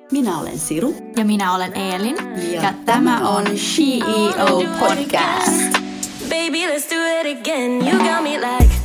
Minä olen Siru. Ja minä olen Eelin. Ja tämä on CEO Podcast. Baby, let's do it again. You got me like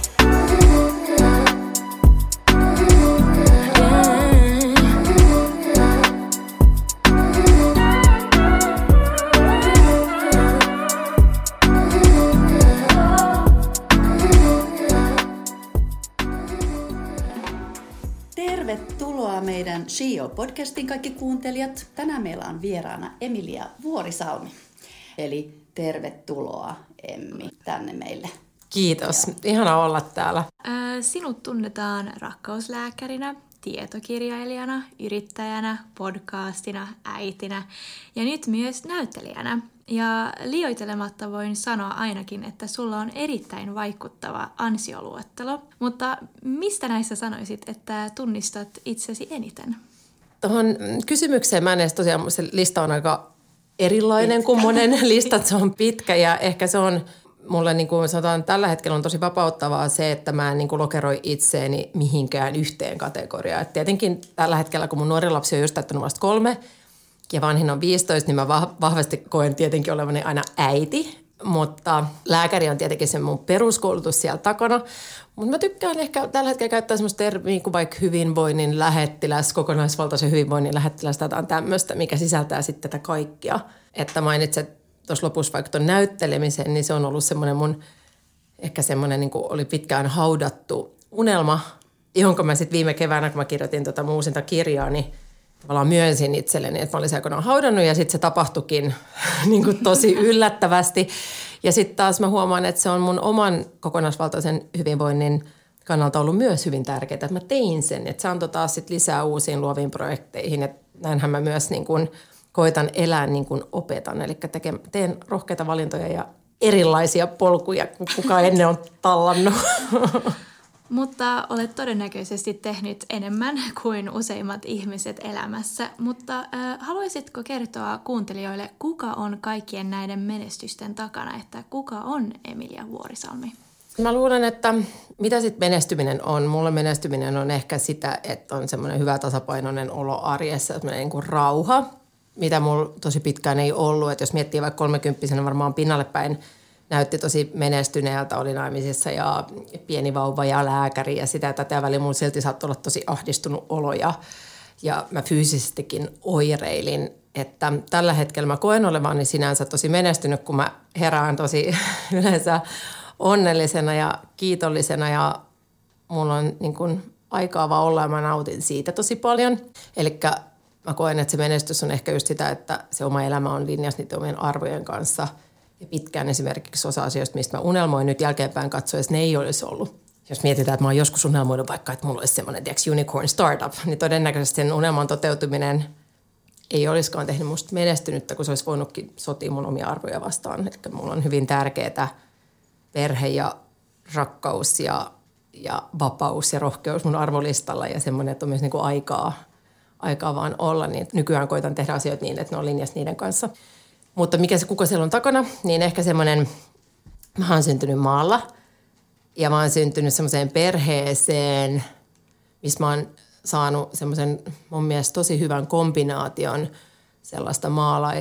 Tervetuloa meidän CEO-podcastin kaikki kuuntelijat. Tänään meillä on vieraana Emilia Vuorisalmi. Eli tervetuloa Emmi tänne meille. Kiitos. Ihana olla täällä. Sinut tunnetaan rakkauslääkärinä, tietokirjailijana, yrittäjänä, podcastina, äitinä ja nyt myös näyttelijänä. Ja liioittelematta voin sanoa ainakin, että sulla on erittäin vaikuttava ansioluettelo. Mutta mistä näissä sanoisit, että tunnistat itsesi eniten? Tuohon kysymykseen mä en edes tosiaan, se lista on aika erilainen kuin monen listat, se on pitkä ja ehkä se on mulle niin kuin sanotaan tällä hetkellä on tosi vapauttavaa se, että mä en niin kuin lokeroi itseäni mihinkään yhteen kategoriaan. Et tietenkin tällä hetkellä, kun mun nuori lapsi on just täyttänyt vasta 3 ja vanhin on 15, niin mä vahvasti koen tietenkin olevani aina äiti, mutta lääkäri on tietenkin se mun peruskoulutus siellä takana. Mutta mä tykkään ehkä tällä hetkellä käyttää semmoista termiä kuin vaikka hyvinvoinnin lähettiläs, kokonaisvaltaisen hyvinvoinnin lähettiläs, tai tämmöistä, mikä sisältää sitten tätä kaikkia. Että mainitset tuossa lopussa vaikka tuon näyttelemisen, niin se on ollut semmoinen mun, ehkä semmoinen niin kuin oli pitkään haudattu unelma, jonka mä sitten viime keväänä, kun mä kirjoitin mun uusinta kirjaa, niin tavallaan myönsin itselleni, että mä olisin aikanaan haudannut ja sitten se tapahtuikin niin kuin tosi yllättävästi. Ja sitten taas mä huomaan, että se on mun oman kokonaisvaltaisen hyvinvoinnin kannalta ollut myös hyvin tärkeää, että mä tein sen. Että se antoi taas sit lisää uusiin luoviin projekteihin. Että näinhän mä myös niin kuin koitan elää niin kuin opetan. Eli teen rohkeita valintoja ja erilaisia polkuja, kun kukaan ennen on tallannut. Mutta olet todennäköisesti tehnyt enemmän kuin useimmat ihmiset elämässä. Mutta haluaisitko kertoa kuuntelijoille, kuka on kaikkien näiden menestysten takana, että kuka on Emilia Vuorisalmi? Mä luulen, että mitä sitten menestyminen on? Mulle menestyminen on ehkä sitä, että on semmoinen hyvä tasapainoinen olo arjessa, semmoinen niin kuin rauha, mitä mulla tosi pitkään ei ollut. Että jos miettii vaikka 30-vuotiaana varmaan pinnalle päin, näytti tosi menestyneeltä, oli naimisissa ja pieni vauva ja lääkäri ja sitä tätä väliin. Mulla silti saattoi olla tosi ahdistunut olo ja mä fyysisestikin oireilin. Että tällä hetkellä mä koen olevani sinänsä tosi menestynyt, kun mä herään tosi yleensä onnellisena ja kiitollisena ja mulla on niin kuin aikaa vaan olla ja mä nautin siitä tosi paljon. Elikkä mä koen, että se menestys on ehkä just sitä, että se oma elämä on linjassa niiden omien arvojen kanssa. Ja pitkään esimerkiksi osa asioista, mistä mä unelmoin nyt jälkeenpäin katsoessa, ne ei olisi ollut. Jos mietitään, että mä oon joskus unelmoinut vaikka, että mulla olisi semmoinen unicorn startup, niin todennäköisesti sen unelman toteutuminen ei olisikaan tehnyt musta menestynyttä, kun se olisi voinutkin sotia mun omia arvoja vastaan. Eli mulla on hyvin tärkeää perhe ja rakkaus ja vapaus ja rohkeus mun arvolistalla ja semmoinen, että on myös niin kuin aikaa vaan olla. Niin nykyään koitan tehdä asioita niin, että ne on linjassa niiden kanssa. Mutta kuka siellä on takana, niin ehkä semmoinen, mä oon syntynyt maalla ja mä oon syntynyt semmoiseen perheeseen, missä mä oon saanut semmoisen mun mielestä tosi hyvän kombinaation sellaista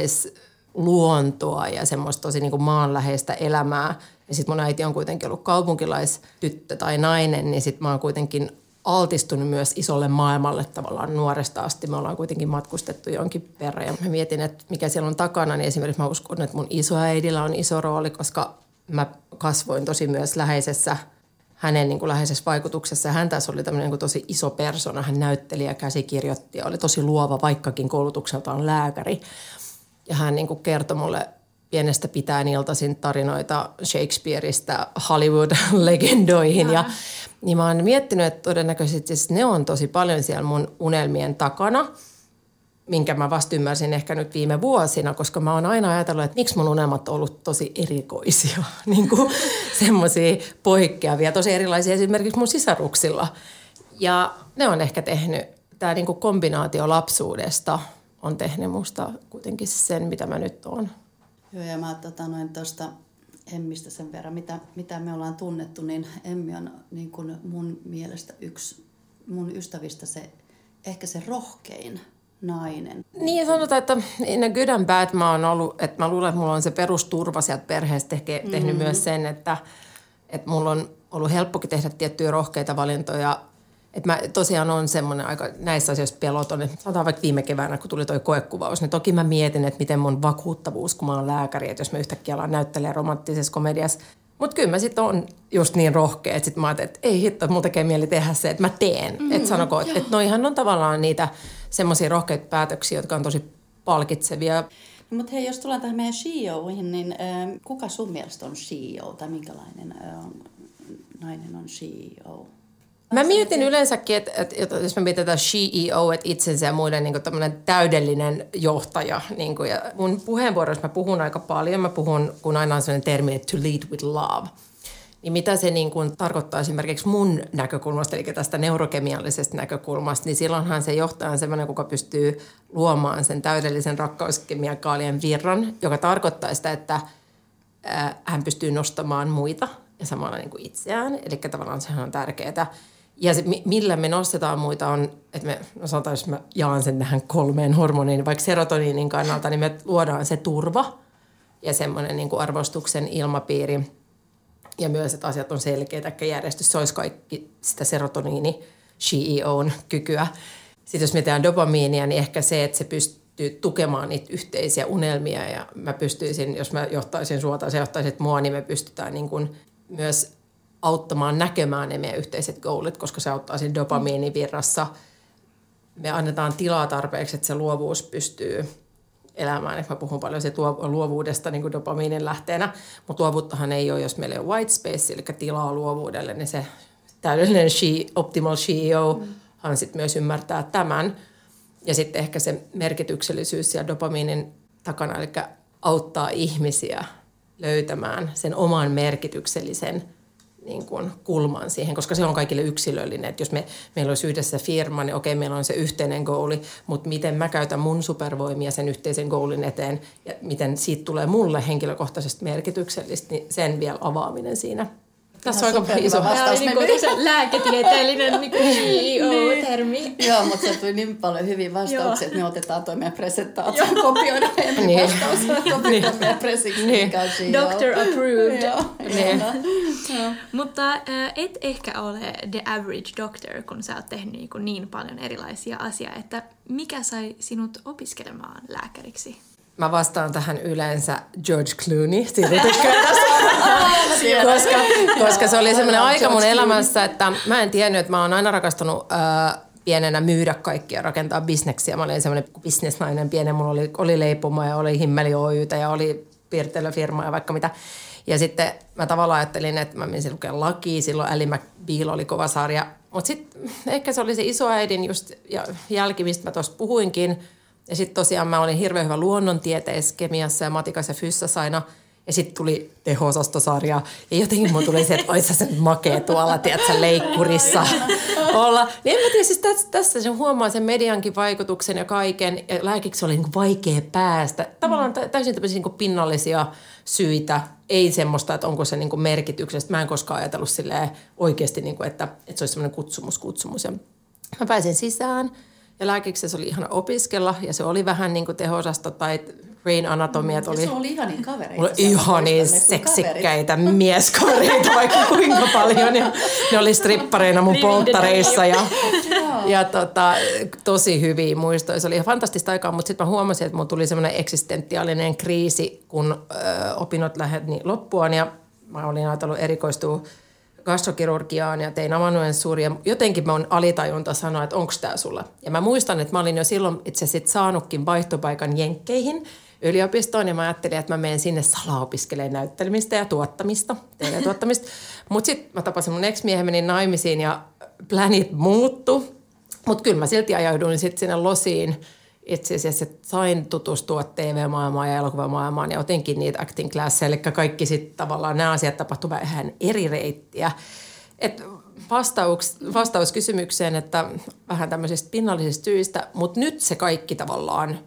maalaisluontoa ja semmoista tosi niin kuin maanläheistä elämää. Ja sit mun äiti on kuitenkin ollut kaupunkilaistyttö tai nainen, niin sit mä oon kuitenkin altistunut myös isolle maailmalle tavallaan nuoresta asti. Me ollaan kuitenkin matkustettu jonkin verran ja mä mietin, että mikä siellä on takana. Niin esimerkiksi mä uskon, että mun isoäidillä on iso rooli, koska mä kasvoin tosi myös läheisessä, hänen niin kuin läheisessä vaikutuksessa. Hän tässä oli tämmöinen niin kuin tosi iso persona. Hän näytteli ja käsikirjoitti ja oli tosi luova, vaikkakin koulutukseltaan lääkäri. Ja hän niin kuin kertoi mulle pienestä pitäen iltaisin tarinoita Shakespeareista Hollywood-legendoihin. Ja niin mä oon miettinyt, että todennäköisesti ne on tosi paljon siellä mun unelmien takana, minkä mä vasta ymmärsin ehkä nyt viime vuosina, koska mä oon aina ajatellut, että miksi mun unelmat on ollut tosi erikoisia, niin kuin semmoisia poikkeavia, tosi erilaisia esimerkiksi mun sisaruksilla. Ja ne on ehkä tehnyt, tämä niin kuin kombinaatio lapsuudesta on tehnyt musta kuitenkin sen, mitä mä nyt oon. Joo, ja mä tuosta Emmistä sen verran, mitä me ollaan tunnettu, niin Emmi on niin kuin mun mielestä yksi mun ystävistä ehkä se rohkein nainen? Niin sanotaan, että in a good and bad mä oon ollut, että mä luulen, että mulla on se perusturva sieltä perheestä tehnyt myös sen, että mulla on ollut helppokin tehdä tiettyjä rohkeita valintoja. Että mä tosiaan on semmoinen aika näissä asioissa peloton, että sanotaan vaikka viime keväänä, kun tuli toi koekuvaus, niin toki mä mietin, että miten mun vakuuttavuus, kun mä oon lääkäri, että jos mä yhtäkkiä alan näyttelemään romanttisessa komediassa. Mutta kyllä mä sitten on just niin rohkea, että sit mä ajattelin, että ei hitto, mulla tekee mieli tehdä se, että mä teen. Että sanoko, että noihan on tavallaan niitä semmoisia rohkeita päätöksiä, jotka on tosi palkitsevia. No, mutta hei, jos tullaan tähän meidän CEOihin, niin kuka sun mielestä on CEO tai minkälainen nainen on CEO? Mä mietin yleensäkin, että jos me mietitään CEO, että itsensä ja muiden niin tämmöinen täydellinen johtaja. Niin kuin, ja mun puheenvuorossa mä puhun aika paljon. Mä puhun, kun aina on sellainen termi, että to lead with love. Niin mitä se niin kuin tarkoittaa esimerkiksi mun näkökulmasta, eli tästä neurokemiallisesta näkökulmasta, niin silloinhan se johtaja on sellainen, kuka pystyy luomaan sen täydellisen rakkauskemiakaalien virran, joka tarkoittaa sitä, että hän pystyy nostamaan muita ja samalla niin kuin itseään. Eli tavallaan sehän on tärkeää. Ja se, millä me nostetaan muita on, että me, no sanotaan, jos mä jaan sen tähän 3 hormoniin, vaikka serotoniinin kannalta, niin me luodaan se turva ja semmoinen niin kuin arvostuksen ilmapiiri. Ja myös, että asiat on selkeitä, että järjestys, se olisi kaikki sitä serotoniini-CEOn kykyä. Sitten jos mietitään dopamiinia, niin ehkä se, että se pystyy tukemaan niitä yhteisiä unelmia. Ja mä pystyisin, jos mä johtaisin sua tai sä johtaisit mua, niin me pystytään niin kuin myös auttamaan näkemään ne meidän yhteiset goalit, koska se auttaa siinä dopamiinivirrassa. Me annetaan tilaa tarpeeksi, että se luovuus pystyy elämään. Mä puhun paljon siitä luovuudesta niin kuin dopamiinin lähteenä, mutta luovuuttahan ei ole, jos meillä ei ole white space, eli tilaa luovuudelle, niin se täydellinen optimal CEOhan sitten myös ymmärtää tämän. Ja sitten ehkä se merkityksellisyys siellä dopamiinin takana, eli auttaa ihmisiä löytämään sen oman merkityksellisen niin kuin kulman siihen, koska se on kaikille yksilöllinen. Että jos meillä olisi yhdessä firma, niin okei, meillä on se yhteinen goali, mutta miten mä käytän mun supervoimia sen yhteisen goalin eteen ja miten siitä tulee mulle henkilökohtaisesti merkityksellistä, niin sen vielä avaaminen siinä. Tässä on aika iso vastaus. Tämä oli niin lääketieteellinen niin CEO-termi. Joo, mutta se tuli niin paljon hyviä vastauksia, että me otetaan toi meidän presentaatio, kopioida meidän vastaus, kopioida meidän presiksi, mikä on CEO. Doctor approved. Joo. Mutta et ehkä ole the average doctor, kun sä oot tehnyt niin paljon erilaisia asioita, että mikä sai sinut opiskelemaan lääkäriksi? Mä vastaan tähän yleensä George Clooney, koska se oli semmoinen aika mun elämässä, että mä en tiennyt, että mä oon aina rakastanut pienenä myydä kaikkia, rakentaa bisneksiä. Mä olin semmoinen bisnesnainen pienen, mulla oli leipomo ja oli Himmeli Oy:tä ja oli piirtelöfirma ja vaikka mitä. Ja sitten mä tavallaan ajattelin, että mä menisin lukemaan lakia, silloin Ally McBeal oli kova sarja. Mutta sitten ehkä se oli se isoäidin just jälki, mistä mä tuossa puhuinkin. Ja sitten tosiaan mä olin hirveän hyvä luonnontieteessä, kemiassa ja matikassa ja fyssassa aina. Ja sitten tuli teho-osastosarja. Ja jotenkin mun tuli se, että ois se makea tuolla, tiedätkö, leikkurissa olla. Niin en mä tiedä, siis tässä se huomaa sen mediankin vaikutuksen ja kaiken. Ja lääkiksi oli niin vaikea päästä. Tavallaan täysin tämmöisiä niin pinnallisia syitä. Ei semmoista, että onko se niin merkityksestä. Mä en koskaan ajatellut silleen oikeasti, niin kuin, että se olisi semmoinen kutsumus. Ja mä pääsin sisään. Ja lääkiksessä oli ihana opiskella, ja se oli vähän niin kuin teho-osasto tai brain anatomia. Ja se oli ihania kavereita. Mulla oli ihania seksikkäitä mieskavereita vaikka kuinka paljon. Ja ne oli strippareina mun polttareissa ja tosi hyviä muistoja. Se oli ihan fantastista aikaa, mutta sitten mä huomasin, että mulla tuli semmoinen eksistentiaalinen kriisi, kun opinnot lähetti loppuaan. Ja mä olin ajatellut erikoistua gastrokirurgiaan ja tein amanuensuuri ja jotenkin mä oon alitajunta sanoa, että onko tää sulla. Ja mä muistan, että mä olin jo silloin itse asiassa saanutkin vaihtopaikan Jenkkeihin yliopistoon ja mä ajattelin, että mä menen sinne salaopiskelemaan näyttelemistä ja tuottamista, TV-tuottamista. Mutta sitten mä tapasin mun ex-miehen, menin naimisiin ja planit muuttu. Mutta kyllä mä silti ajauduin sitten sinne losiin. Itse asiassa sain tutustua TV-maailmaan ja elokuvamaailmaan ja otinkin niitä acting classia, eli kaikki sitten tavallaan nämä asiat tapahtuivat vähän eri reittiä. Et vastaus kysymykseen, että vähän tämmöisistä pinnallisista syistä, mutta nyt se kaikki tavallaan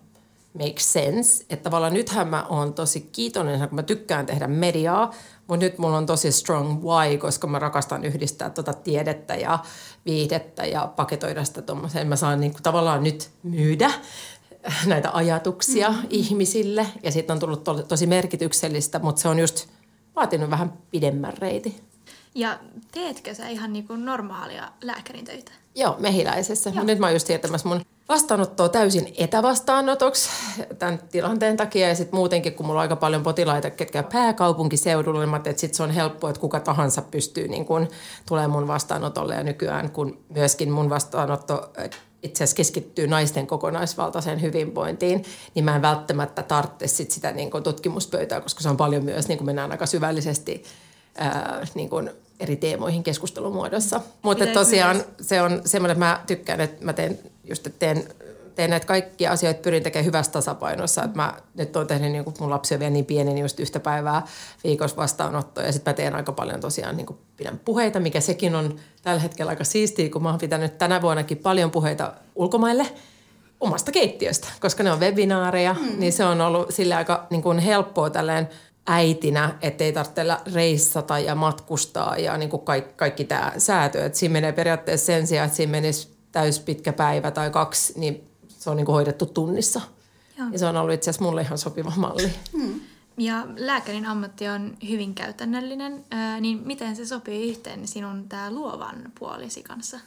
makes sense. Että tavallaan nythän mä oon tosi kiitollinen, kun mä tykkään tehdä mediaa, mutta nyt mulla on tosi strong why, koska mä rakastan yhdistää tiedettä ja viihdettä ja paketoida sitä tommoseen. Mä saan niinku tavallaan nyt myydä näitä ajatuksia ihmisille ja siitä on tullut tosi merkityksellistä, mutta se on just vaatinut vähän pidemmän reitin. Ja teetkö sä ihan niin kuin normaalia lääkärin töitä? Joo, Mehiläisessä. Nyt mä oon just siirtämässä mun vastaanottoa täysin etävastaanotoksi tämän tilanteen takia. Ja sitten muutenkin, kun mulla on aika paljon potilaita, ketkä pääkaupunkiseudulla, niin että sit se on helppoa, että kuka tahansa pystyy niin kun tulemaan mun vastaanotolle. Ja nykyään, kun myöskin mun vastaanotto itse asiassa keskittyy naisten kokonaisvaltaiseen hyvinvointiin, niin mä en välttämättä tarvitse sitä niin kun tutkimuspöytää, koska se on paljon myös, niin kun mennään aika syvällisesti niin kuin eri teemoihin keskustelumuodossa. Mutta tosiaan se on semmoinen, että mä tykkään, että mä teen näitä kaikkia asioita, pyrin tekemään hyvässä tasapainossa. Että mä nyt oon tehnyt, niin kun mun lapsi on vielä niin pieni, niin just yhtä päivää viikossa vastaanottoa. Ja sitten mä teen aika paljon tosiaan, niin pidän puheita, mikä sekin on tällä hetkellä aika siistiä, kun mä oon pitänyt tänä vuonnakin paljon puheita ulkomaille omasta keittiöstä, koska ne on webinaareja, niin se on ollut sille aika niin kuin helppoa tälleen äitinä, ettei tarvitse reissata ja matkustaa ja niin kuin kaikki tämä säätö. Että siinä menee periaatteessa sen sijaan, että siinä menisi pitkä päivä tai 2, niin se on niin kuin hoidettu tunnissa. Joo. Ja se on ollut itse asiassa mulle ihan sopiva malli. Ja lääkärin ammatti on hyvin käytännöllinen, niin miten se sopii yhteen sinun tää luovan puolisi kanssa?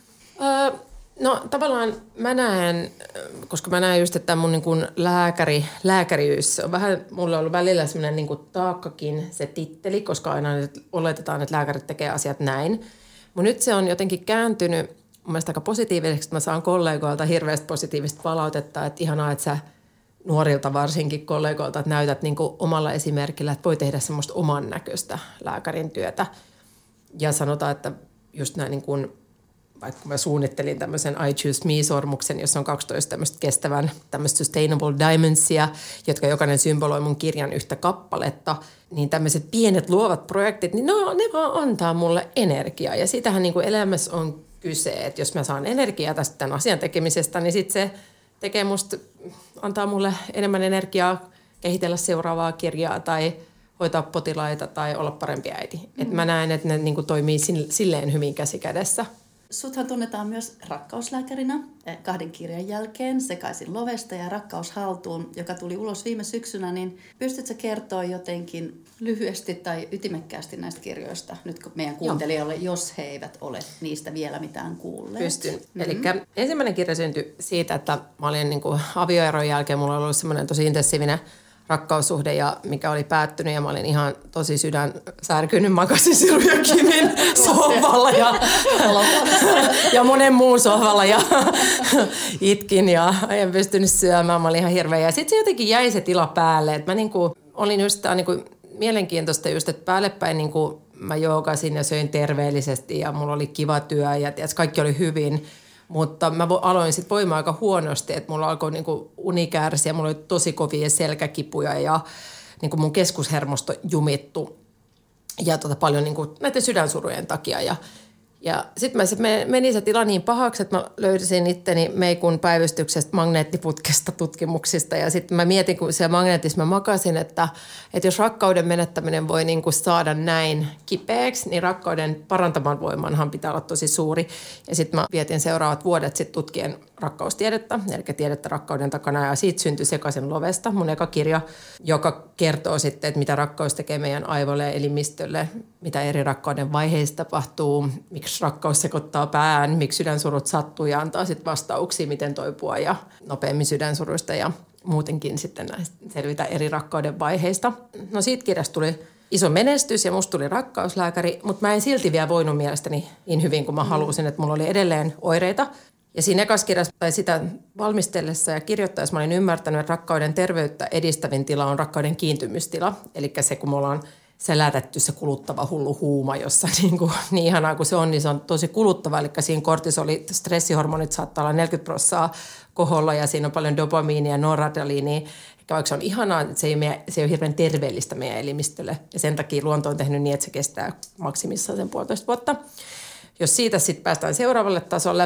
No tavallaan mä näen, koska mä näen just, että mun niin kuin lääkäriys on vähän, mulla on ollut välillä semmoinen niin kuin taakkakin se titteli, koska aina nyt oletetaan, että lääkärit tekee asiat näin. Mutta nyt se on jotenkin kääntynyt mun mielestä aika positiiviseksi, että mä saan kollegoilta hirveästi positiivista palautetta, että ihanaa, että sä nuorilta varsinkin kollegoilta, että näytät niin kuin omalla esimerkillä, että voi tehdä semmoista oman näköistä lääkärin työtä. Ja sanotaan, että just näin niin kuin vaikka mä suunnittelin tämmöisen I Choose Me-sormuksen, jossa on 12 tämmöistä kestävän, tämmöistä sustainable diamondsia, jotka jokainen symboloi mun kirjan yhtä kappaletta, niin tämmöiset pienet luovat projektit, niin ne vaan antaa mulle energiaa. Ja siitähän niin kuin elämässä on kyse, että jos mä saan energiaa tästä tämän asian tekemisestä, niin sitten se tekee antaa mulle enemmän energiaa kehitellä seuraavaa kirjaa tai hoitaa potilaita tai olla parempi äiti. Että mä näen, että ne niin kuin toimii silleen hyvin käsi kädessä. Suthan tunnetaan myös rakkauslääkärinä 2 kirjan jälkeen, Sekaisin lovesta ja Rakkaus haltuun, joka tuli ulos viime syksynä, niin pystytkö kertoa jotenkin lyhyesti tai ytimekkäästi näistä kirjoista, nyt meidän kuuntelijoille, jos he eivät ole niistä vielä mitään kuulleet? Pystyn. Eli ensimmäinen kirja syntyi siitä, että mä olin niin kuin avioeron jälkeen, mulla oli ollut semmoinen tosi intensiivinen rakkaussuhde, mikä oli päättynyt ja mä olin ihan tosi sydänsärkynyt, makasin Silvia Kimin sohvalla ja monen muun sohvalla ja itkin ja en pystynyt syömään, mä olin ihan hirveä. Ja sitten se jotenkin jäi se tila päälle, että mä niinku olin just niinku mielenkiintoista just, että päällepäin niinku mä joogasin ja söin terveellisesti ja mulla oli kiva työ ja kaikki oli hyvin. Mutta mä aloin sitten voimaan aika huonosti, että mulla alkoi niinku uni kärsiä, mulla oli tosi kovia selkäkipuja ja niinku mun keskushermosto jumittu ja paljon niinku näiden sydänsurujen takia. Ja sitten meni se tila niin pahaksi, että mä löysin itteni Meikun päivystyksestä magneettiputkesta tutkimuksista. Ja sitten mä mietin, kun siellä magneetissa mä makasin, että jos rakkauden menettäminen voi niinku saada näin kipeäksi, niin rakkauden parantaman voimanhan pitää olla tosi suuri. Ja sitten mä vietin seuraavat vuodet sitten tutkien rakkaustiedettä, eli tiedettä rakkauden takana. Ja siitä syntyi Sekaisin lovesta, mun eka kirja, joka kertoo sitten, että mitä rakkaus tekee meidän aivoille ja elimistölle, mitä eri rakkauden vaiheissa tapahtuu, miksi rakkaus sekoittaa pään, miksi sydänsurut sattuu ja antaa sitten vastauksia, miten toipua ja nopeammin sydänsuruista ja muutenkin sitten näistä selvitä eri rakkauden vaiheista. No siitä kirjasta tuli iso menestys ja musta tuli rakkauslääkäri, mutta mä en silti vielä voinut mielestäni niin hyvin kuin mä halusin, että mulla oli edelleen oireita. Ja siinä ekassa kirjassa tai sitä valmistellessa ja kirjoittaessa mä olin ymmärtänyt, että rakkauden terveyttä edistävin tila on rakkauden kiintymystila. Eli se, kun me ollaan selätetty se kuluttava hullu huuma, jossa niin ihanaa kuin se on, niin se on tosi kuluttava. Eli siinä kortisolit, stressihormonit saattaa olla 40% koholla ja siinä on paljon dopamiinia ja noradrenaliinia. Vaikka se on ihanaa, että se ei ole hirveän terveellistä meidän elimistölle. Ja sen takia luonto on tehnyt niin, että se kestää maksimissaan sen 1,5 vuotta. Jos siitä sitten päästään seuraavalle tasolle,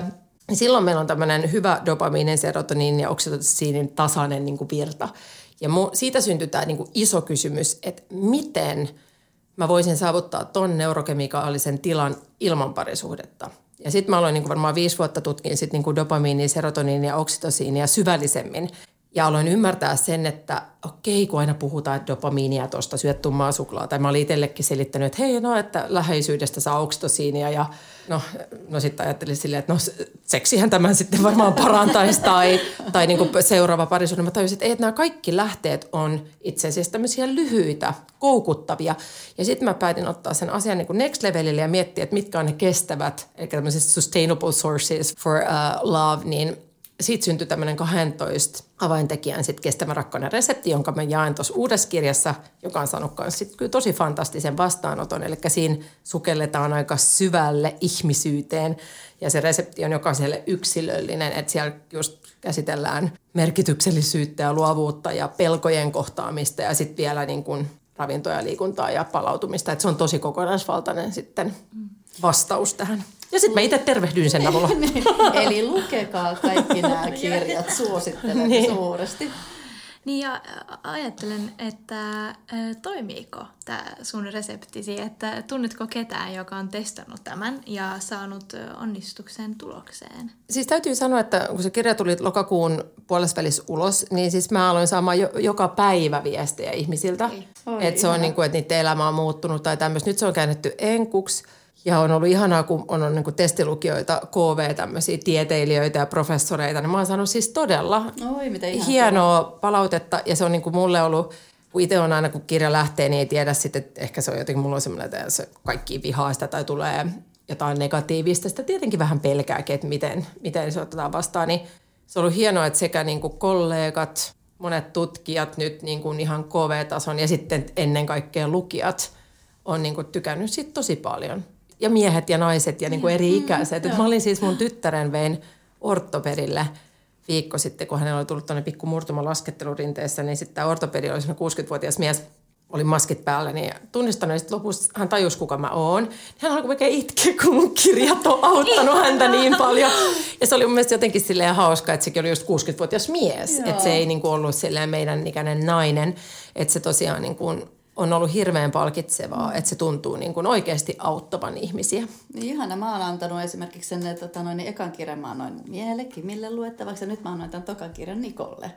niin silloin meillä on tämmöinen hyvä dopamiinin, serotoniinin ja oksitosiinin tasainen niin kuin virta. Ja siitä syntyy tämä niin kuin iso kysymys, että miten mä voisin saavuttaa ton neurokemikaalisen tilan ilman parisuhdetta. Ja sitten mä aloin niin kuin varmaan 5 vuotta tutkin sit niin kuin dopamiinia, serotoniinia ja oksitosiinia syvällisemmin. Ja aloin ymmärtää sen, että okei, kun aina puhutaan, että dopamiinia tuosta syöt tummaa suklaa. Tai mä olin itsellekin selittänyt, että hei, no, että läheisyydestä saa oksitosiinia. Ja no sitten ajattelin silleen, että no seksihän tämän sitten varmaan parantaisi. tai niin kuin seuraava parisuhde. Mä tajusin, että nämä kaikki lähteet on itse asiassa tämmöisiä lyhyitä, koukuttavia. Ja sitten mä päätin ottaa sen asian niin kuin next levelille ja miettiä, että mitkä on ne kestävät, eli tämmöiset sustainable sources for love, niin siitä syntyi tämmöinen 12 avaintekijän sit kestävän rakkauden resepti, jonka mä jaen tuossa uudessa kirjassa, joka on saanut kanssa kyllä tosi fantastisen vastaanoton. Eli siinä sukelletaan aika syvälle ihmisyyteen ja se resepti on jokaiselle yksilöllinen, että siellä just käsitellään merkityksellisyyttä ja luovuutta ja pelkojen kohtaamista ja sitten vielä niin kuin ravintoa ja liikuntaa ja palautumista. Että se on tosi kokonaisvaltainen sitten vastaus tähän. Ja sitten mä itse tervehdyin sen avulla. Eli lukekaa kaikki nämä kirjat, suosittelen suuresti. Niin ja ajattelen, että toimiiko tämä sun reseptisi, että tunnetko ketään, joka on testannut tämän ja saanut onnistuksen tulokseen? Siis täytyy sanoa, että kun se kirja tuli lokakuun puolesvälissä ulos, niin siis mä aloin saamaan joka päivä viestejä ihmisiltä. Että se on niin kuin, että niiden elämä on muuttunut tai tämmöistä. Nyt se on käännetty enkuksi. Ja on ollut ihanaa, kun on niin kuin testilukijoita, KV, tämmöisiä tieteilijöitä ja professoreita. Niin mä oon saanut siis todella hienoa palautetta. Ja se on niin kuin mulle ollut, kun itse on aina, kun kirja lähtee, niin ei tiedä sitten, että ehkä se on jotenkin, mulla on semmoinen, että se kaikki vihaa sitä tai tulee jotain negatiivista. Sitä tietenkin vähän pelkääkin, että miten se otetaan vastaan. Niin se on ollut hienoa, että sekä niin kuin kollegat, monet tutkijat nyt niin kuin ihan KV-tason ja sitten ennen kaikkea lukijat on niin kuin tykännyt siitä tosi paljon. Ja miehet ja naiset ja niin kuin eri ikäiset. Mä olin siis mun tyttären vein ortopedille viikko sitten, kun hänellä oli tullut tuonne pikku murtuma laskettelurinteessä, niin sitten tämä ortopedi oli 60-vuotias mies, oli maskit päällä, niin tunnistanut, ja sitten lopussa hän tajusi, kuka mä oon. Hän alkoi oikein itkeä, kun mun kirjat on auttanut häntä niin paljon. Ja se oli mun mielestä jotenkin silleen hauska, että sekin oli just 60-vuotias mies. Että se ei niin kuin ollut silleen meidän ikäinen nainen, että se tosiaan niin kuin on ollut hirveän palkitsevaa, että se tuntuu niin kuin oikeasti auttavan ihmisiä. Niin ihana. Mä oon antanut esimerkiksi sen, että ekan kirjan mä annoin miehelle, Kimille luettavaksi, ja nyt mä annoin tämän tokan kirjan Nikolle,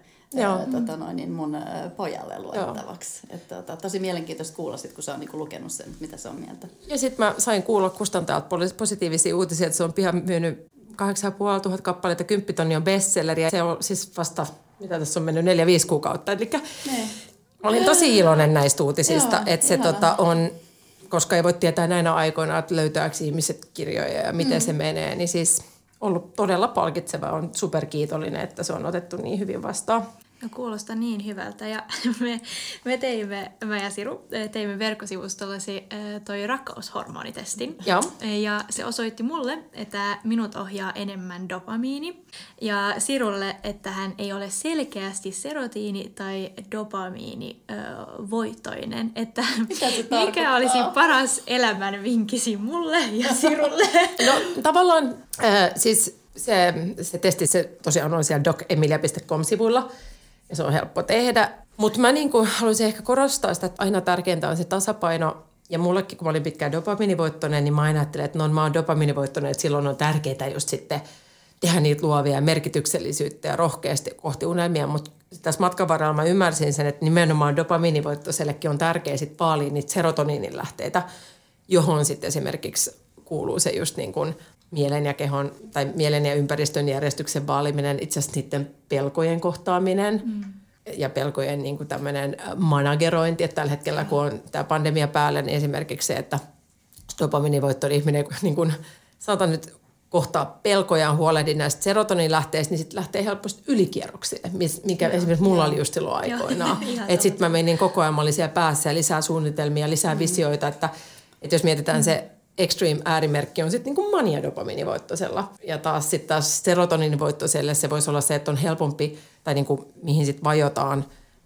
mun pojalle luettavaksi. Tosi mielenkiintoista kuulla sit, kun sä on niin kuin lukenut sen, mitä se on mieltä. Ja sitten mä sain kuulla kustantajalta positiivisia uutisia, että se on pian myynyt 8500 kappaletta, 10 000 on bestselleri, ja se on siis vasta, mitä tässä on mennyt, 4-5 kuukautta. Elikkä mä olin tosi iloinen näistä uutisista, että se on, koska ei voi tietää näinä aikoina, että löytääkö ihmiset kirjoja ja miten se menee, niin siis ollut todella palkitseva. On superkiitollinen, että se on otettu niin hyvin vastaan. No kuulostaa niin hyvältä ja mä ja Siru teimme verkkosivustollasi toi rakkaushormonitestin. Ja se osoitti mulle, että minut ohjaa enemmän dopamiini ja Sirulle, että hän ei ole selkeästi serotiini- tai dopamiini-voittoinen. Että mikä olisi paras elämän vinkisi mulle ja Sirulle? No tavallaan siis se testi se tosiaan on siellä docemilia.com-sivuilla. Ja se on helppo tehdä. Mutta mä niinku haluaisin ehkä korostaa sitä, että aina tärkeintä on se tasapaino. Ja mullekin, kun mä olin pitkään dopaminivoittoinen, niin mä aina ajattelin, että mä oon dopaminivoittoinen, että silloin on tärkeää just sitten tehdä niitä luovia merkityksellisyyttä ja rohkeasti kohti unelmia. Mutta tässä matkan varrella mä ymmärsin sen, että nimenomaan dopaminivoittoisellekin on tärkeää sitten vaalia niitä serotoniinin lähteitä, johon sitten esimerkiksi kuuluu se just niin kuin mielen ja kehon tai mielen ja ympäristön järjestyksen vaaliminen, itse asiassa niiden pelkojen kohtaaminen ja pelkojen niin kuin tämmöinen managerointi, että tällä hetkellä kun on tämä pandemia päällä, niin esimerkiksi se, että dopaminivoittoinen ihminen niin kuin sanotaan nyt kohtaa pelkojaan, huolehdi näistä serotoniinlähteistä, niin sitten lähtee helposti ylikierroksille, mikä esimerkiksi mulla oli just silloin aikoinaan. Että sitten mä menin koko ajan, mä olin siellä päässä ja lisää suunnitelmia, lisää visioita, että jos mietitään se extreme äärimerkki on sitten niin kuin mania-dopaminivoittoisella. Ja taas serotoniinivoittoiselle se voisi olla se, että on helpompi, tai niin kuin, mihin sitten vajotaan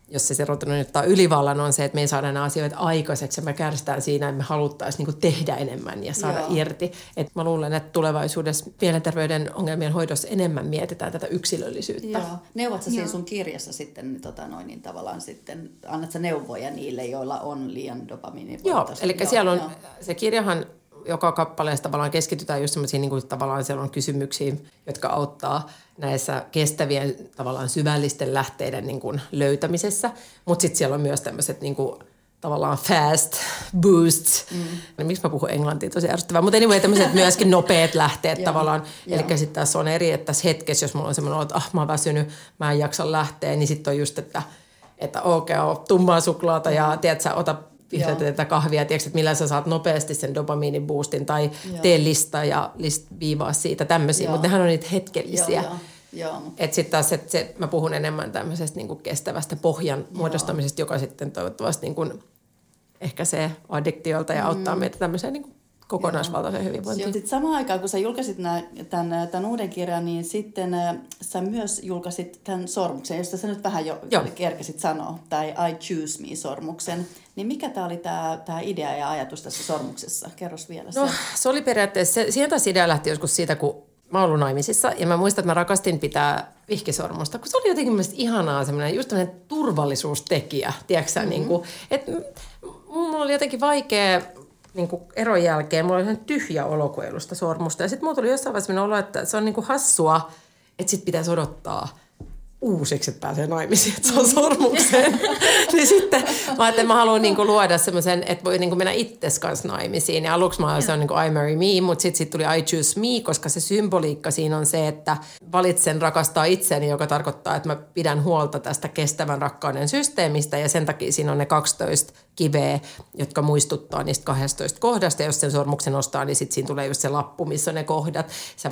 jos se serotonin ottaa ylivallan, on se, että me ei saada nämä asioita aikaiseksi ja me kärsitään siinä, että me haluttaisiin niin kuin tehdä enemmän ja saada irti. Et mä luulen, että tulevaisuudessa mielenterveyden ongelmien hoidossa enemmän mietitään tätä yksilöllisyyttä. Joo. Neuvot sä siinä sun kirjassa sitten, niin tavallaan sitten, annat sä neuvoja niille, joilla on liian dopamiinivoitosta? Joo, eli siellä on se kirjahan, joka kappaleessa tavallaan keskitytään just semmoisiin niin kuin tavallaan siellä on kysymyksiä, jotka auttaa näissä kestävien tavallaan syvällisten lähteiden niin kuin löytämisessä. Mutta sitten siellä on myös tämmöiset niin kuin tavallaan fast boosts. Miksi mä puhun englantia, tosi ärsyttävää. Mutta anyway, tämmöiset myöskin nopeat lähteet tavallaan. Eli sitten tässä on eri, että tässä hetkessä, jos mulla on semmoinen olo, että mä oon väsynyt, mä en jaksa lähteä, niin sitten on just, että okei, tummaa suklaata ja tiedätkö, ota vihreätä tätä kahvia, tiedätkö, että millä sä saat nopeasti sen dopamiiniboostin tai tee lista ja viivaa siitä tämmöisiä, mutta nehän on niitä hetkellisiä. Että sitten taas, mä puhun enemmän tämmöisestä niin kuin kestävästä pohjan muodostamisesta, joka sitten toivottavasti niin kuin ehkäisee addiktiolta ja auttaa meitä tämmöiseen niin kuin kokonaisvaltaiseen hyvinvointiin. Sitten samaan aikaan, kun sä julkaisit tämän uuden kirjan, niin sitten sä myös julkaisit tämän sormuksen, josta sä nyt vähän jo kerkesit sanoa, tai I Choose Me-sormuksen. Niin mikä tämä oli tämä idea ja ajatus tässä sormuksessa? Kerros vielä se. No, se oli periaatteessa, siihen taas idea lähti joskus siitä, kun mä oon ollut naimisissa, ja mä muistan, että mä rakastin pitää vihkisormusta, kun se oli jotenkin mielestäni ihanaa semmoinen, just tämmöinen turvallisuustekijä, tiedätkö niin kuin, että mulla oli jotenkin vaikea niin kuin eron jälkeen, mulla oli ihan tyhjä olo, kun ei ollut sitä sormusta, ja sitten mulla tuli jossain vaiheessa olo, että se on niin kuin hassua, että sit pitäisi odottaa uusiksi, että pääsee naimisiin, että se on sormukseen. Niin sitten mä ajattelin, että mä haluan niinku luoda semmoisen, että voi niinku mennä itses kanssa naimisiin. Ja aluksi se on niinku I marry me, mutta sitten tuli I choose me, koska se symboliikka siinä on se, että valitsen rakastaa itseäni, joka tarkoittaa, että mä pidän huolta tästä kestävän rakkauden systeemistä. Ja sen takia siinä on ne 12 kiveä, jotka muistuttaa niistä 12 kohdasta. Ja jos sen sormuksen ostaa, niin sitten siinä tulee just se lappu, missä on ne kohdat.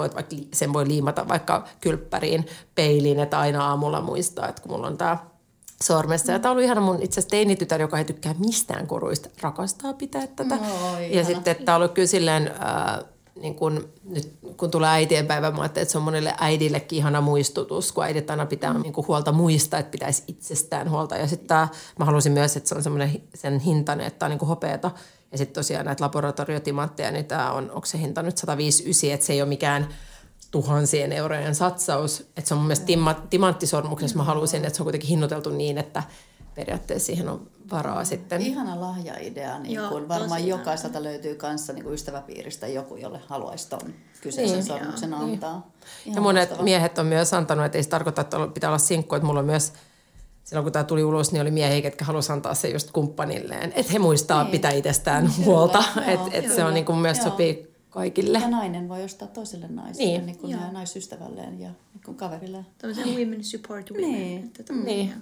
Sen voi liimata vaikka kylppäriin, peiliin, että aina aamulla muistaa, että kun mulla on tämä sormessa. Ja tämä on ollut ihana mun itse asiassa teinitytär, joka ei tykkää mistään koruista, rakastaa pitää tätä. Ja sitten tämä on ollut kyllä silleen, niin kun, nyt kun tulee äitienpäivä, mä ajattelin, että se on monelle äidillekin ihana muistutus, kun äidit aina pitää niin kuin huolta muista, että pitäisi itsestään huolta. Ja sitten mä halusin myös, että se on semmoinen sen hintainen, että tämä on niin kuin hopeata. Ja sitten tosiaan näitä laboratoriotimantteja, niin tämä on, onko se hinta nyt 159, että se ei ole mikään tuhansien eurojen satsaus. Että se on mun mielestä timanttisormuksessa. Mä halusin, että se on kuitenkin hinnoiteltu niin, että periaatteessa siihen on varaa sitten. Ihana lahjaidea. Niin kun varmaan jokaiselta löytyy kanssa niin ystäväpiiristä joku, jolle haluaisi ton kyseisen sormuksen antaa. Ja monet miehet on myös antanut, että ei se tarkoita, että pitää olla sinkku. Että mulla on myös, silloin kun tämä tuli ulos, niin oli miehiä, jotka halusi antaa se just kumppanilleen. Että he muistaa pitää itsestään huolta. Että se on niin kuin myös sopii kaikille. Ja nainen voi ostaa toiselle naiselle, niin kuin naisystävälleen ja niin kaverilleen. Tämmöisen women support women. Niin.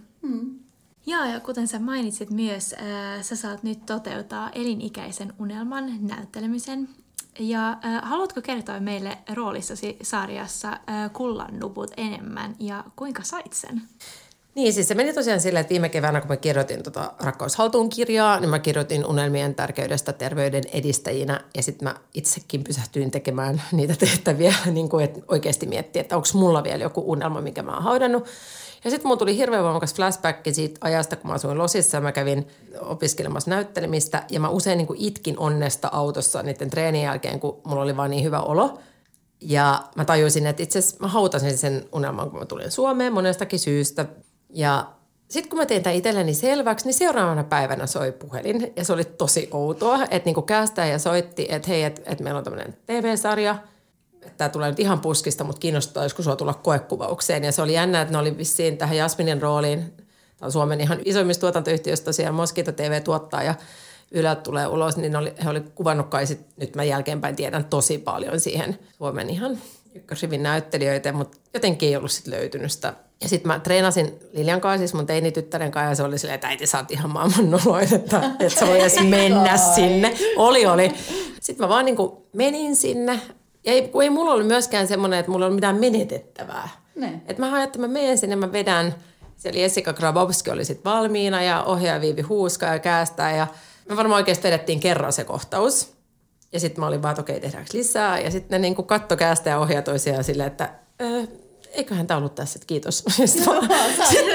Ja kuten sä mainitsit myös, sä saat nyt toteuttaa elinikäisen unelman näyttelemisen. Ja haluatko kertoa meille roolissasi sarjassa Kullannuput enemmän ja kuinka sait sen? Niin, siis se meni tosiaan silleen, että viime keväänä, kun mä kirjoitin Rakkaus haltuun -kirjaa, niin mä kirjoitin unelmien tärkeydestä terveyden edistäjinä. Ja sitten mä itsekin pysähtyin tekemään niitä tehtäviä, niin kuin, että oikeasti miettiä, että onko mulla vielä joku unelma, minkä mä oon haudannut. Ja sitten mulla tuli hirveän voimakas flashback siitä ajasta, kun mä asuin Losissa ja mä kävin opiskelemassa näyttelemistä. Ja mä usein niin kuin itkin onnesta autossa niiden treenien jälkeen, kun mulla oli vaan niin hyvä olo. Ja mä tajusin, että itse asiassa mä hautasin sen unelman, kun mä tulin Suomeen monestakin syystä. Ja sitten kun mä tein tämän itselleni selväksi, niin seuraavana päivänä soi puhelin. Ja se oli tosi outoa, että niinku kääntäjä soitti, että hei, että meillä on tämmöinen TV-sarja. Että tämä tulee nyt ihan puskista, mutta kiinnostaa joskus sua tulla koekuvaukseen. Ja se oli jännä, että ne oli vissiin tähän Jasminin rooliin. Tämä on Suomen ihan isoimmista tuotantoyhtiöistä tosiaan Mosquito TV tuottaa ja Ylältä tulee ulos. Niin he oli kuvannut kai sit, nyt mä jälkeenpäin tiedän tosi paljon siihen Suomen ihan ykkösrivin näyttelijöitä, mutta jotenkin ei ollut sitten löytynyt sitä. Ja sitten mä treenasin Liljan kanssa, siis mun teinityttären kanssa, ja se oli silleen, että äiti, sä oot ihan maailman noloin, että sä voi edes mennä sinne. Oli. Sitten mä vaan niin kuin menin sinne, ja ei mulla ollut myöskään semmoinen, että mulla ei ollut mitään menetettävää. Että mä ajattelin, että mä menen sinne, mä vedän, siellä Jessica Grabowski oli sitten valmiina, ja ohjaaja Viivi Huuska ja käästää, ja me varmaan oikeasti vedettiin kerran se kohtaus. Ja sitten mä olin vaan, että okei, tehdäänkö lisää, ja sitten ne niin kuin katto käästää ja ohjaa toisiaan silleen, että eiköhän tämä ollut tässä, että kiitos.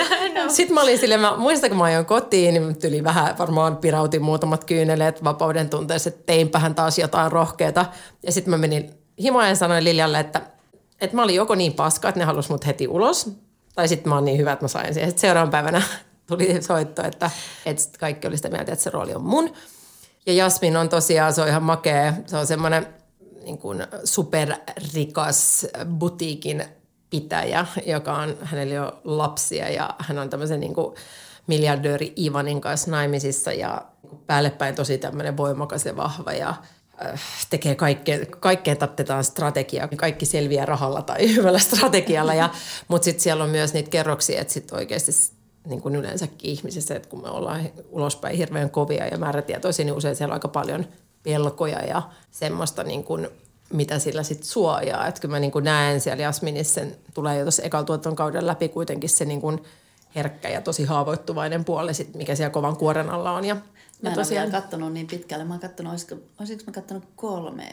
Sitten mä olin silleen, mä muistan, kun mä ajoin kotiin, niin tyli vähän varmaan pirautin muutamat kyyneleet vapauden tunteessa, että teinpähän taas jotain rohkeata. Ja sitten mä menin himoon ja sanoin Liljalle, että mä olin joko niin paska, että ne halusi mut heti ulos, tai sitten mä oon niin hyvä, että mä sain siihen. Sitten seuraavan päivänä tuli soitto, että kaikki oli sitä mieltä, että se rooli on mun. Ja Jasmin on tosiaan, se on ihan makea, se on semmoinen niin kuin superrikas butiikin pitäjä, joka on, hänellä on lapsia ja hän on tämmöisen niin kuin miljardööri Ivanin kanssa naimisissa ja päällepäin tosi tämmöinen voimakas ja vahva ja tekee kaikkeen tattetaan strategiaa. Kaikki selviää rahalla tai hyvällä strategialla, mutta sitten siellä on myös niitä kerroksia, että sitten oikeasti niin kuin yleensäkin ihmisissä, että kun me ollaan ulospäin hirveän kovia ja määrätietoisia, niin usein siellä on aika paljon pelkoja ja semmoista, niin kuin, mitä sillä sitten suojaa. Että kyllä mä niin kuin näen siellä Jasminissa, sen tulee jo tuossa ekalla tuotantokauden läpi kuitenkin se niin kuin herkkä ja tosi haavoittuvainen puoli, sit, mikä siellä kovan kuoren alla on. Mä en ole vielä kattonut niin pitkälle. Mä oon kattonut, olisiko mä kattonut 3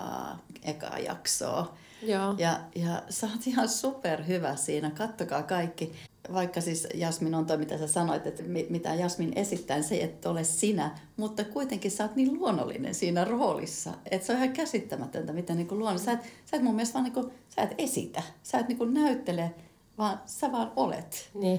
ekaa jaksoa. Joo. Ja sä oot ihan superhyvä siinä. Kattokaa kaikki. Vaikka siis Jasmin on toi, mitä sä sanoit, että mitä Jasmin esittää, se et ole sinä. Mutta kuitenkin sä oot niin luonnollinen siinä roolissa. Että se on ihan käsittämätöntä, miten niin luonnollinen. Sä et mun mielestä vaan niin sä et esitä. Sä et niin näyttele, vaan sä vaan olet. Niin.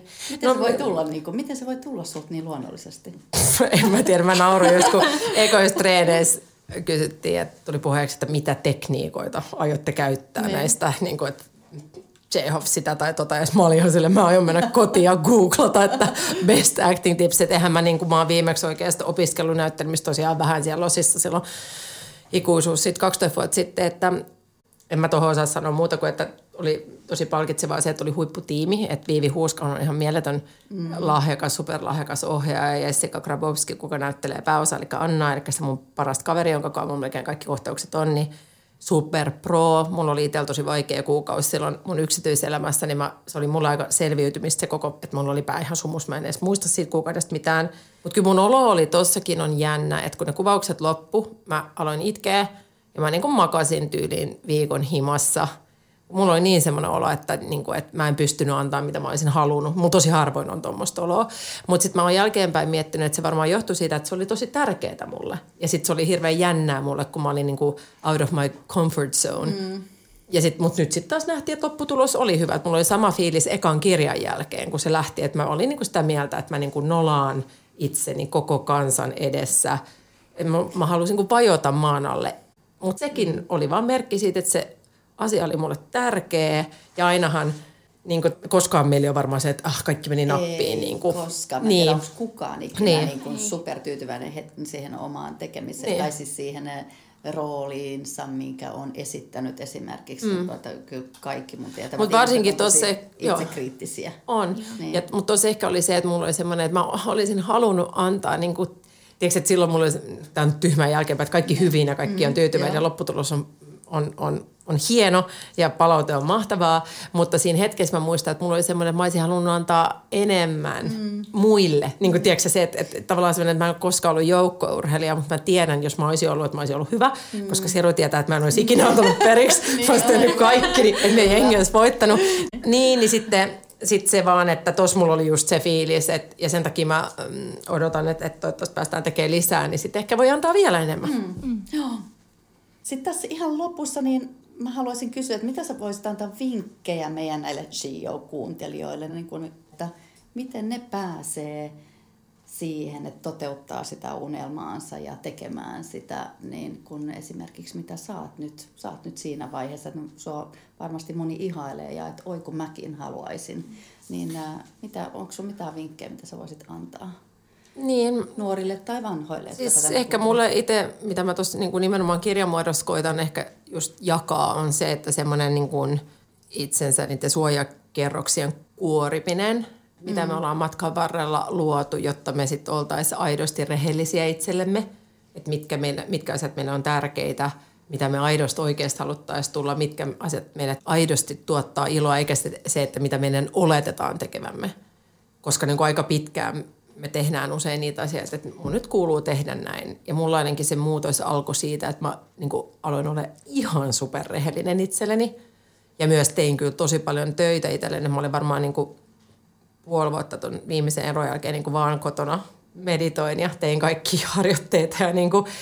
Miten se voi tulla sulta niin luonnollisesti? En mä tiedä, mä nauroin just kun ekoissa treeneissä kysyttiin, että tuli puheeksi, että mitä tekniikoita aiotte käyttää näistä, niin kuin, että Chekhov sitä tai tota, ja mä olin ihan silleen, mä aion mennä kotiin ja googlata, että best acting tips, että eihän mä niin kuin mä oon viimeksi oikeasti opiskellut näyttelemistä tosiaan vähän siellä Losissa silloin ikuisuus sitten 12 vuotta sitten, että en mä tuohon osaa sanoa muuta kuin, että oli tosi palkitsevaa se, että oli huipputiimi, että Viivi Huuska on ihan mieletön lahjakas, superlahjakas ohjaaja ja Jessica Grabowski, kuka näyttelee pääosa, eli Anna, eli se mun parasta kaveri, jonka kanssa mun melkein kaikki kohtaukset on, niin super pro. Mulla oli itsellä tosi vaikea kuukausi silloin mun yksityiselämässä, niin se oli mulla aika selviytymistä se koko, että mulla oli pää ihan sumus, mä en edes muista siitä kuukaudesta mitään. Mutta kyllä mun olo oli tossakin on jännä, että kun ne kuvaukset loppu, mä aloin itkeä ja mä niin kuin makasin tyyliin viikon himassa. Mulla oli niin semmoinen olo, että mä en pystynyt antaa, mitä mä olisin halunnut. Mulla tosi harvoin on tuommoista oloa. Mutta sitten mä oon jälkeenpäin miettinyt, että se varmaan johtui siitä, että se oli tosi tärkeää mulle. Ja sitten se oli hirveän jännää mulle, kun mä olin niinku out of my comfort zone. Mutta nyt sitten taas nähtiin, että lopputulos oli hyvä. Mulla oli sama fiilis ekan kirjan jälkeen, kun se lähti. Että mä olin niinku sitä mieltä, että mä niinku nolaan itseni koko kansan edessä. Mä halusin niinku vajota maan alle. Mutta sekin oli vaan merkki siitä, että se asia oli mulle tärkeä ja ainahan, niin kuin, koskaan meillä on varmaan se, että kaikki meni nappiin. Ei niin kuin, koskaan. Mä tiedä, onko kukaan ikinä niin supertyytyväinen siihen omaan tekemiseen tai siis siihen rooliinsa, minkä on esittänyt esimerkiksi. Kyllä kaikki mun tietävät. Mutta varsinkin tuossa itsekriittisiä. On. Niin. Mutta tuossa ehkä oli se, että mulla oli semmoinen, että mä olisin halunnut antaa niin kuin, tiedätkö, että silloin mulla oli tämän tyhmän jälkeenpäin, että kaikki hyvin ja kaikki on tyytyväinen ja lopputulos on hieno ja palaute on mahtavaa, mutta siinä hetkessä mä muistan, että mulla oli semmoinen, että mä olisin halunnut antaa enemmän muille. Niin kuin tiedätkö se, että tavallaan semmoinen, että mä en ole koskaan ollut joukkourheilija, mutta mä tiedän, jos mä olisin ollut, että mä olisin ollut hyvä, koska Siru tietää, että mä en olisi ikinä antanut periksi. Mä olisin tehnyt kaikki, niin että meidän jengi olisi voittanut. Niin sitten se vaan, että tossa mulla oli just se fiilis, ja sen takia mä odotan, että toivottavasti päästään tekemään lisää, niin sitten ehkä voi antaa vielä enemmän. Joo. Sitten tässä ihan lopussa, niin mä haluaisin kysyä, että mitä sä voisit antaa vinkkejä meidän näille Gio-kuuntelijoille, niin kun, että miten ne pääsee siihen, että toteuttaa sitä unelmaansa ja tekemään sitä, niin kun esimerkiksi mitä sä oot nyt siinä vaiheessa, että sua varmasti moni ihailee ja että oi kun mäkin haluaisin, niin onko sun mitään vinkkejä, mitä sä voisit antaa? Niin. Nuorille tai vanhoille. Siis ehkä mulle itse, mitä mä tuossa niin nimenomaan kirjamuodossa koitan ehkä just jakaa, on se, että semmoinen niin itsensä niiden suojakerroksien kuoriminen, mitä me ollaan matkan varrella luotu, jotta me sitten oltaisiin aidosti rehellisiä itsellemme, että mitkä asiat meille on tärkeitä, mitä me aidosti oikeasti haluttaisiin tulla, mitkä asiat meille aidosti tuottaa iloa, eikä se, että mitä meidän oletetaan tekevämme. Koska niin kuin aika pitkään me tehdään usein niitä asioita, että mun nyt kuuluu tehdä näin. Ja mulla ainakin se muutos alkoi siitä, että mä niin kuin aloin olla ihan superrehellinen itselleni. Ja myös tein kyllä tosi paljon töitä itselleni. Mä olin varmaan niin kuin puoli vuotta ton viimeisen eron jälkeen niin kuin vaan kotona meditoin ja tein kaikki harjoitteita ja niin kuin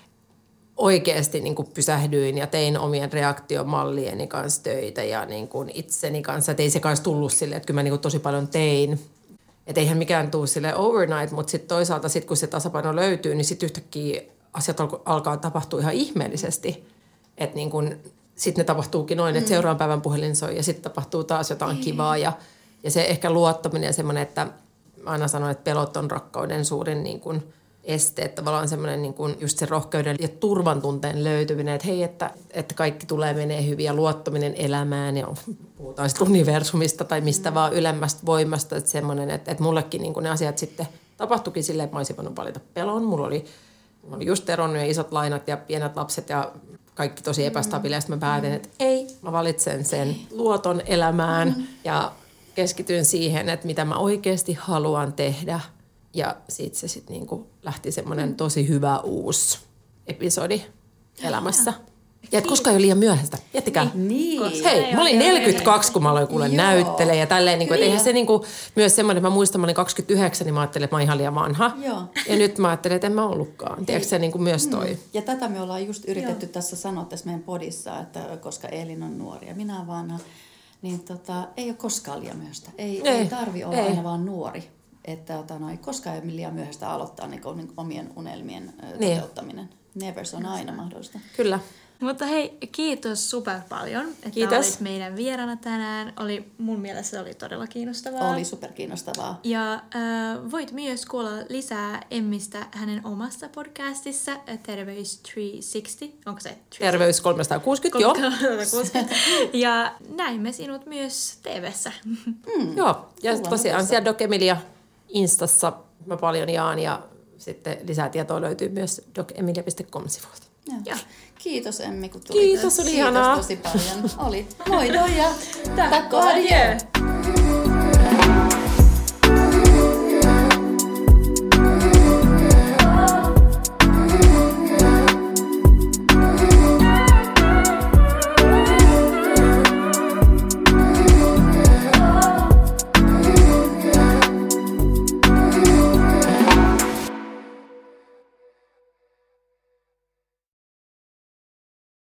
oikeasti niin kuin pysähdyin ja tein omien reaktiomallieni kanssa töitä ja niin kuin itseni kanssa. Et ei se kanssa tullut silleen, että kyllä mä niin kuin tosi paljon tein. Että eihän mikään tule silleen overnight, mutta sitten toisaalta sit, kun se tasapaino löytyy, niin sitten yhtäkkiä asiat alkaa tapahtua ihan ihmeellisesti. Että niin kuin sitten ne tapahtuukin noin, että seuraavan päivän puhelin soi ja sitten tapahtuu taas jotain kivaa. Ja se ehkä luottaminen ja semmoinen, että mä aina sanon, että pelot on rakkauden suurin niin kuin este. Että tavallaan semmoinen niin kuin just se rohkeuden ja turvan tunteen löytyminen, että hei, että kaikki tulee menee hyvin ja luottaminen elämään ja puhutaan sitten universumista tai mistä vaan ylemmästä voimasta. Että semmoinen, että mullekin niin kuin ne asiat sitten tapahtuikin silleen, että mä olisin voinut valita pelon. Mulla oli just eronnut ja isot lainat ja pienet lapset ja kaikki tosi epästabiilia. Sitten mä päätin, että ei, mä valitsen sen luoton elämään ja keskityn siihen, että mitä mä oikeasti haluan tehdä. Ja siitä se sitten niinku lähti semmoinen tosi hyvä uusi episodi elämässä. Ja et koskaan ei ole liian myöhäistä. Miettikää. Niin. Hei, mä olin 42, kun mä aloin kuule näyttelee ja tälleen. Niinku, eihän se niinku, myös semmoinen, että mä muistan, mä olin 29, niin mä ajattelin, että mä oon ihan liian vanha. Joo. Ja nyt mä ajattelen, että en mä ollutkaan. Tiedätkö se niinku myös toi? Ja tätä me ollaan just yritetty tässä sanoa tässä meidän podissa, että koska Elin on nuori ja minä vanha, niin ei ole koskaan liian myöhäistä. Ei tarvi olla aina vaan nuori. Että koskaan ei ole liian myöhäistä aloittaa niin omien unelmien toteuttaminen. Never, se on aina mahdollista. Kyllä. Mutta hei, kiitos super paljon, että olit meidän vieraana tänään. Mun mielestä se oli todella kiinnostavaa. Oli super kiinnostavaa. Ja voit myös kuulla lisää Emmistä hänen omassa podcastissa, Terveys 360. Onko se? Terveys 360, joo. 360. Ja näimme sinut myös TV:ssä. Joo, ja tosiaan siellä Doc Emilia Instassa mä paljon jaan ja sitten lisää tietoa löytyy myös docemilia.com-sivulta. Ja. Kiitos Emmi, kun tulit. Kiitos, oli ihanaa. Kiitos tosi paljon. Oli. Moi ja tack och adjö.